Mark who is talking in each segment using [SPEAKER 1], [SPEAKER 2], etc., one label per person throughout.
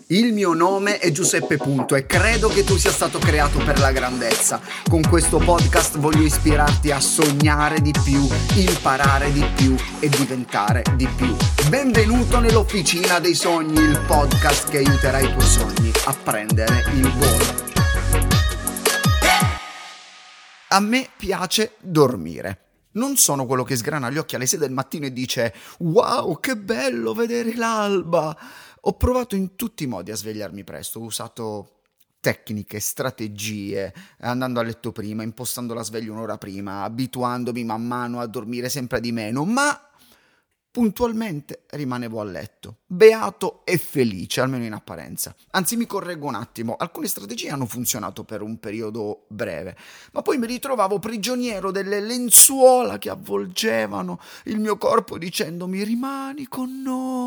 [SPEAKER 1] Il mio nome è Giuseppe Punto e credo che tu sia stato creato per la grandezza. Con questo podcast voglio ispirarti a sognare di più, imparare di più e diventare di più. Benvenuto nell'Officina dei Sogni, il podcast che aiuterà i tuoi sogni a prendere il volo. A me piace dormire. Non sono quello che sgrana gli occhi alle 6 del mattino e dice «Wow, che bello vedere l'alba!» Ho provato in tutti i modi a svegliarmi presto, ho usato tecniche, strategie, andando a letto prima, impostando la sveglia un'ora prima, abituandomi man mano a dormire sempre di meno, ma puntualmente rimanevo a letto, beato e felice, almeno in apparenza. Anzi, mi correggo un attimo, alcune strategie hanno funzionato per un periodo breve, ma poi mi ritrovavo prigioniero delle lenzuola che avvolgevano il mio corpo dicendomi «Rimani con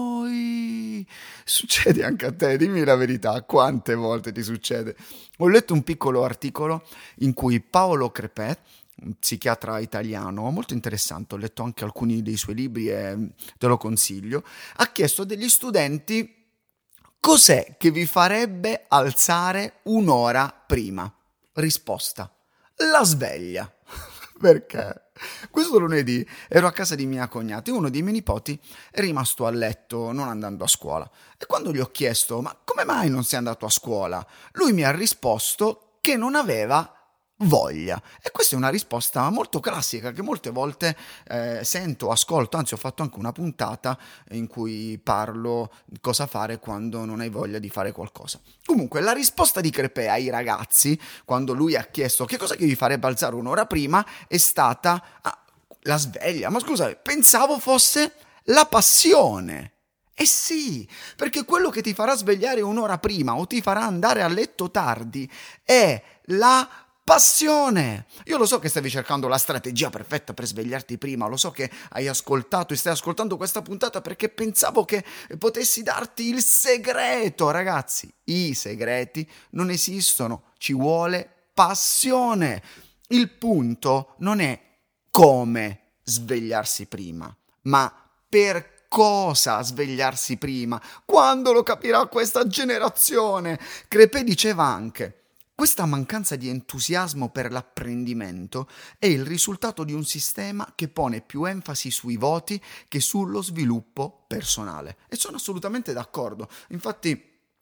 [SPEAKER 1] noi». Succede anche a te, dimmi la verità, quante volte ti succede? Ho letto un piccolo articolo in cui Paolo Crepè, un psichiatra italiano molto interessante, ho letto anche alcuni dei suoi libri e te lo consiglio, ha chiesto a degli studenti cos'è che vi farebbe alzare un'ora prima. Risposta: la sveglia. Perché? Questo lunedì ero a casa di mia cognata e uno dei miei nipoti è rimasto a letto non andando a scuola. E quando gli ho chiesto «Ma come mai non sei andato a scuola?», lui mi ha risposto che non aveva voglia. E questa è una risposta molto classica che molte volte sento, ascolto, anzi ho fatto anche una puntata in cui parlo di cosa fare quando non hai voglia di fare qualcosa. Comunque la risposta di Crepè ai ragazzi, quando lui ha chiesto che cosa che vi farebbe alzare un'ora prima, è stata la sveglia. Ma scusa, pensavo fosse la passione. Eh sì, perché quello che ti farà svegliare un'ora prima o ti farà andare a letto tardi è la passione. Io lo so che stavi cercando la strategia perfetta per svegliarti prima, lo so che hai ascoltato e stai ascoltando questa puntata perché pensavo che potessi darti il segreto. Ragazzi, i segreti non esistono, ci vuole passione. Il punto non è come svegliarsi prima, ma per cosa svegliarsi prima. Quando lo capirà questa generazione? Crepè diceva anche: questa mancanza di entusiasmo per l'apprendimento è il risultato di un sistema che pone più enfasi sui voti che sullo sviluppo personale. E sono assolutamente d'accordo. Infatti,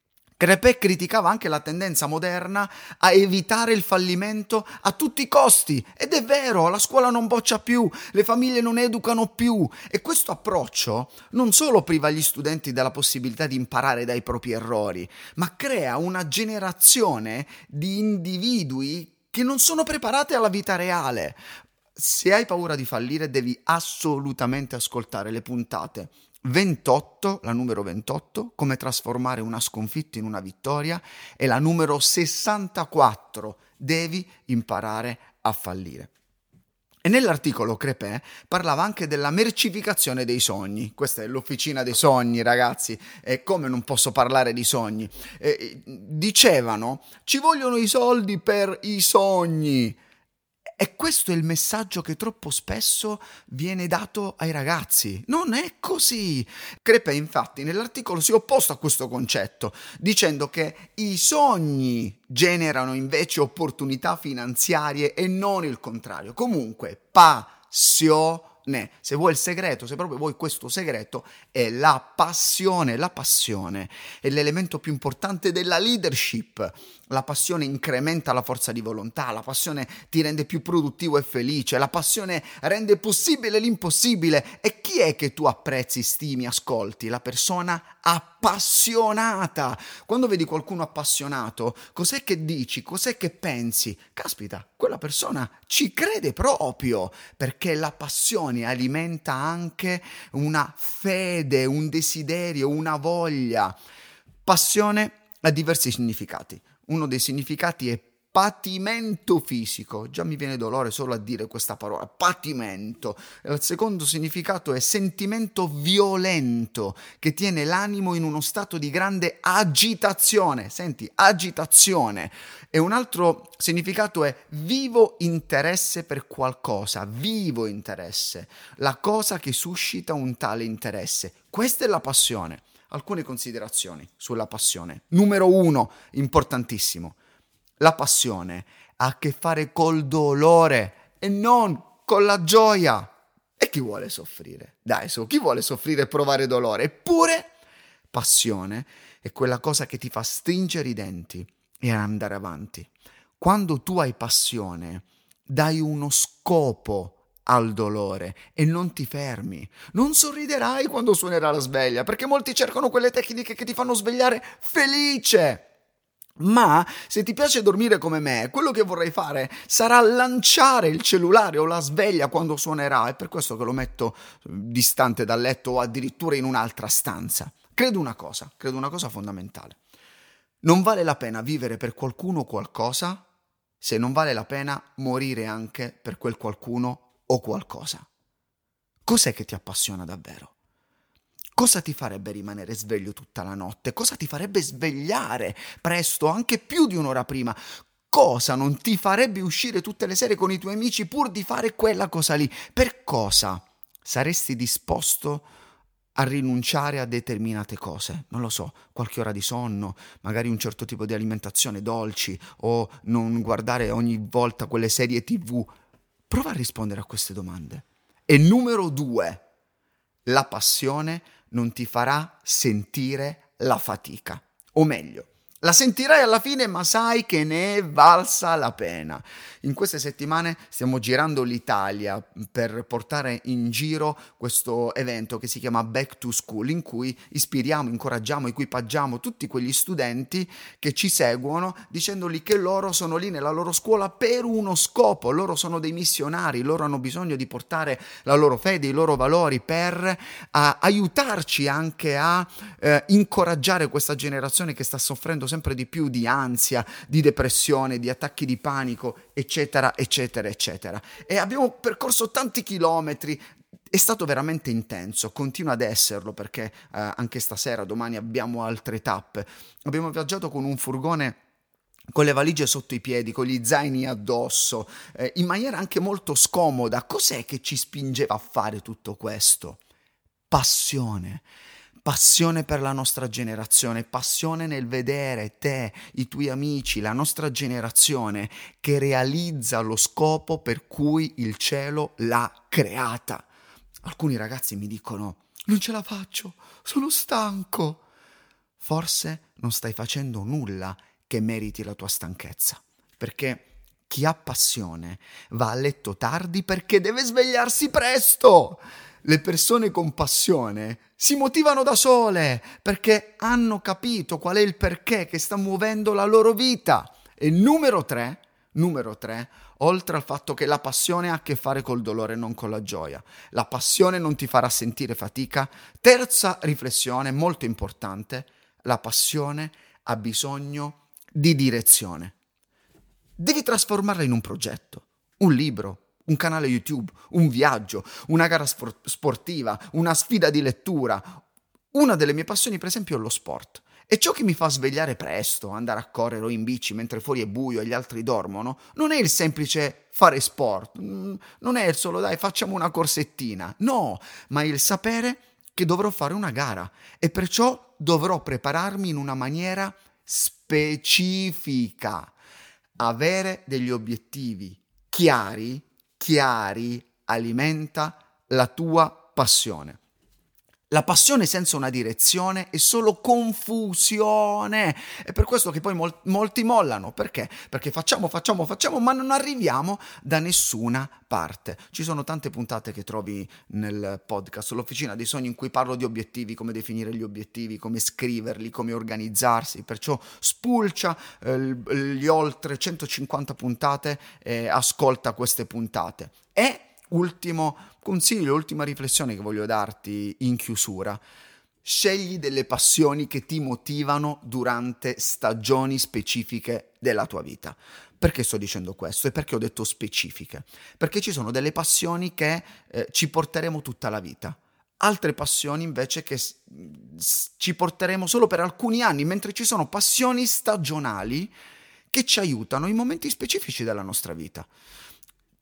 [SPEAKER 1] Crepè criticava anche la tendenza moderna a evitare il fallimento a tutti i costi. Ed è vero, la scuola non boccia più, le famiglie non educano più. E questo approccio non solo priva gli studenti della possibilità di imparare dai propri errori, ma crea una generazione di individui che non sono preparati alla vita reale. Se hai paura di fallire, devi assolutamente ascoltare le puntate 28, la numero 28, come trasformare una sconfitta in una vittoria, e la numero 64, devi imparare a fallire. E nell'articolo Crepè parlava anche della mercificazione dei sogni. Questa è l'Officina dei Sogni, ragazzi, e come non posso parlare di sogni? Dicevano, ci vogliono i soldi per i sogni. E questo è il messaggio che troppo spesso viene dato ai ragazzi. Non è così. Crepè, infatti, nell'articolo si è opposto a questo concetto, dicendo che i sogni generano invece opportunità finanziarie e non il contrario. Comunque, passione. Se vuoi il segreto, se proprio vuoi questo segreto, è la passione. La passione è l'elemento più importante della leadership. La passione incrementa la forza di volontà, la passione ti rende più produttivo e felice, la passione rende possibile l'impossibile. E chi è che tu apprezzi, stimi, ascolti? La persona appassionata. Quando vedi qualcuno appassionato, cos'è che dici? Cos'è che pensi? Caspita, quella persona ci crede proprio, perché la passione alimenta anche una fede, un desiderio, una voglia. Passione ha diversi significati. Uno dei significati è patimento fisico, già mi viene dolore solo a dire questa parola, patimento. Il secondo significato è sentimento violento che tiene l'animo in uno stato di grande agitazione, senti, agitazione. E un altro significato è vivo interesse per qualcosa, vivo interesse, la cosa che suscita un tale interesse. Questa è la passione. Alcune considerazioni sulla passione. Numero 1, importantissimo. La passione ha a che fare col dolore e non con la gioia. E chi vuole soffrire? Dai, chi vuole soffrire e provare dolore? Eppure, passione è quella cosa che ti fa stringere i denti e andare avanti. Quando tu hai passione, dai uno scopo al dolore e non ti fermi. Non sorriderai quando suonerà la sveglia, perché molti cercano quelle tecniche che ti fanno svegliare felice. Ma se ti piace dormire come me, quello che vorrei fare sarà lanciare il cellulare o la sveglia quando suonerà. È per questo che lo metto distante dal letto o addirittura in un'altra stanza. Credo una cosa fondamentale. Non vale la pena vivere per qualcuno o qualcosa se non vale la pena morire anche per quel qualcuno o qualcosa. Cos'è che ti appassiona davvero? Cosa ti farebbe rimanere sveglio tutta la notte? Cosa ti farebbe svegliare presto, anche più di un'ora prima? Cosa non ti farebbe uscire tutte le sere con i tuoi amici pur di fare quella cosa lì? Per cosa saresti disposto a rinunciare a determinate cose? Non lo so, qualche ora di sonno, magari un certo tipo di alimentazione, dolci, o non guardare ogni volta quelle serie TV. Prova a rispondere a queste domande. E numero 2, la passione non ti farà sentire la fatica. O meglio, la sentirai alla fine, ma sai che ne è valsa la pena. In queste settimane stiamo girando l'Italia per portare in giro questo evento che si chiama Back to School, in cui ispiriamo, incoraggiamo, equipaggiamo tutti quegli studenti che ci seguono, dicendogli che loro sono lì nella loro scuola per uno scopo. Loro sono dei missionari, loro hanno bisogno di portare la loro fede, i loro valori per aiutarci anche a incoraggiare questa generazione che sta soffrendo sempre di più di ansia, di depressione, di attacchi di panico, eccetera, eccetera, eccetera. E abbiamo percorso tanti chilometri. È stato veramente intenso, continua ad esserlo perché anche stasera, domani abbiamo altre tappe. Abbiamo viaggiato con un furgone con le valigie sotto i piedi, con gli zaini addosso, in maniera anche molto scomoda. Cos'è che ci spingeva a fare tutto questo? Passione per la nostra generazione, passione nel vedere te, i tuoi amici, la nostra generazione che realizza lo scopo per cui il cielo l'ha creata. Alcuni ragazzi mi dicono: non ce la faccio, sono stanco. Forse non stai facendo nulla che meriti la tua stanchezza, perché chi ha passione va a letto tardi perché deve svegliarsi presto. Le persone con passione si motivano da sole perché hanno capito qual è il perché che sta muovendo la loro vita. E numero tre, oltre al fatto che la passione ha a che fare col dolore, non con la gioia. La passione non ti farà sentire fatica. Terza riflessione, molto importante: la passione ha bisogno di direzione. Devi trasformarla in un progetto, un libro, un canale YouTube, un viaggio, una gara sportiva, una sfida di lettura. Una delle mie passioni, per esempio, è lo sport. E ciò che mi fa svegliare presto, andare a correre o in bici mentre fuori è buio e gli altri dormono, non è il semplice fare sport, non è il solo dai facciamo una corsettina, no, ma è il sapere che dovrò fare una gara e perciò dovrò prepararmi in una maniera specifica. Avere degli obiettivi chiari alimenta la tua passione. La passione senza una direzione è solo confusione. È per questo che poi molti mollano. Perché? Perché facciamo, ma non arriviamo da nessuna parte. Ci sono tante puntate che trovi nel podcast, l'Officina dei Sogni, in cui parlo di obiettivi, come definire gli obiettivi, come scriverli, come organizzarsi. Perciò spulcia gli oltre 150 puntate e ascolta queste puntate. E ultimo consiglio, ultima riflessione che voglio darti in chiusura: scegli delle passioni che ti motivano durante stagioni specifiche della tua vita. Perché sto dicendo questo? E perché ho detto specifiche? Perché ci sono delle passioni che ci porteremo tutta la vita, altre passioni invece che ci porteremo solo per alcuni anni, mentre ci sono passioni stagionali che ci aiutano in momenti specifici della nostra vita.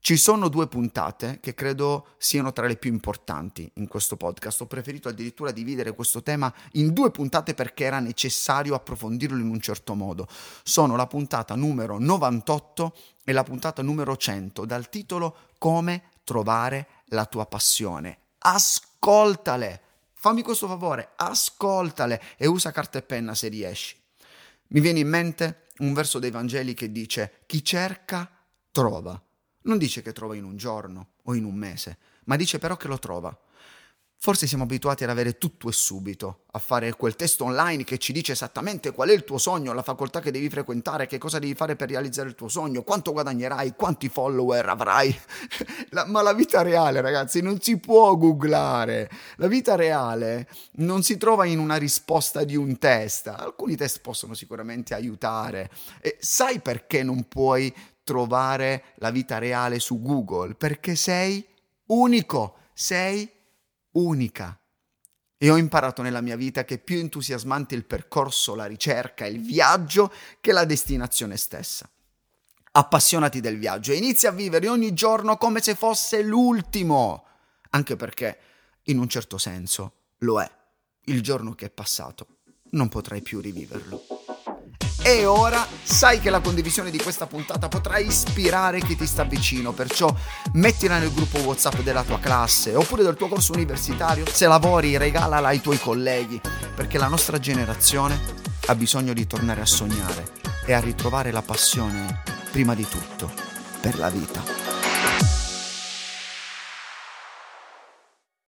[SPEAKER 1] Ci sono 2 puntate che credo siano tra le più importanti in questo podcast. Ho preferito addirittura dividere questo tema in 2 puntate perché era necessario approfondirlo in un certo modo. Sono la puntata numero 98 e la puntata numero 100, dal titolo Come trovare la tua passione. Ascoltale! Fammi questo favore, ascoltale e usa carta e penna se riesci. Mi viene in mente un verso dei Vangeli che dice: chi cerca, trova. Non dice che trova in un giorno o in un mese, ma dice però che lo trova. Forse siamo abituati ad avere tutto e subito, a fare quel test online che ci dice esattamente qual è il tuo sogno, la facoltà che devi frequentare, che cosa devi fare per realizzare il tuo sogno, quanto guadagnerai, quanti follower avrai. Ma la vita reale, ragazzi, non si può googlare. La vita reale non si trova in una risposta di un test. Alcuni test possono sicuramente aiutare. E sai perché non puoi trovare la vita reale su Google? Perché sei unico, sei unica. E ho imparato nella mia vita che è più entusiasmante il percorso, la ricerca, il viaggio che la destinazione stessa. Appassionati del viaggio e inizia a vivere ogni giorno come se fosse l'ultimo, anche perché in un certo senso lo è. Il giorno che è passato non potrai più riviverlo. E ora sai che la condivisione di questa puntata potrà ispirare chi ti sta vicino, perciò mettila nel gruppo WhatsApp della tua classe oppure del tuo corso universitario. Se lavori, regalala ai tuoi colleghi, perché la nostra generazione ha bisogno di tornare a sognare e a ritrovare la passione, prima di tutto, per la vita.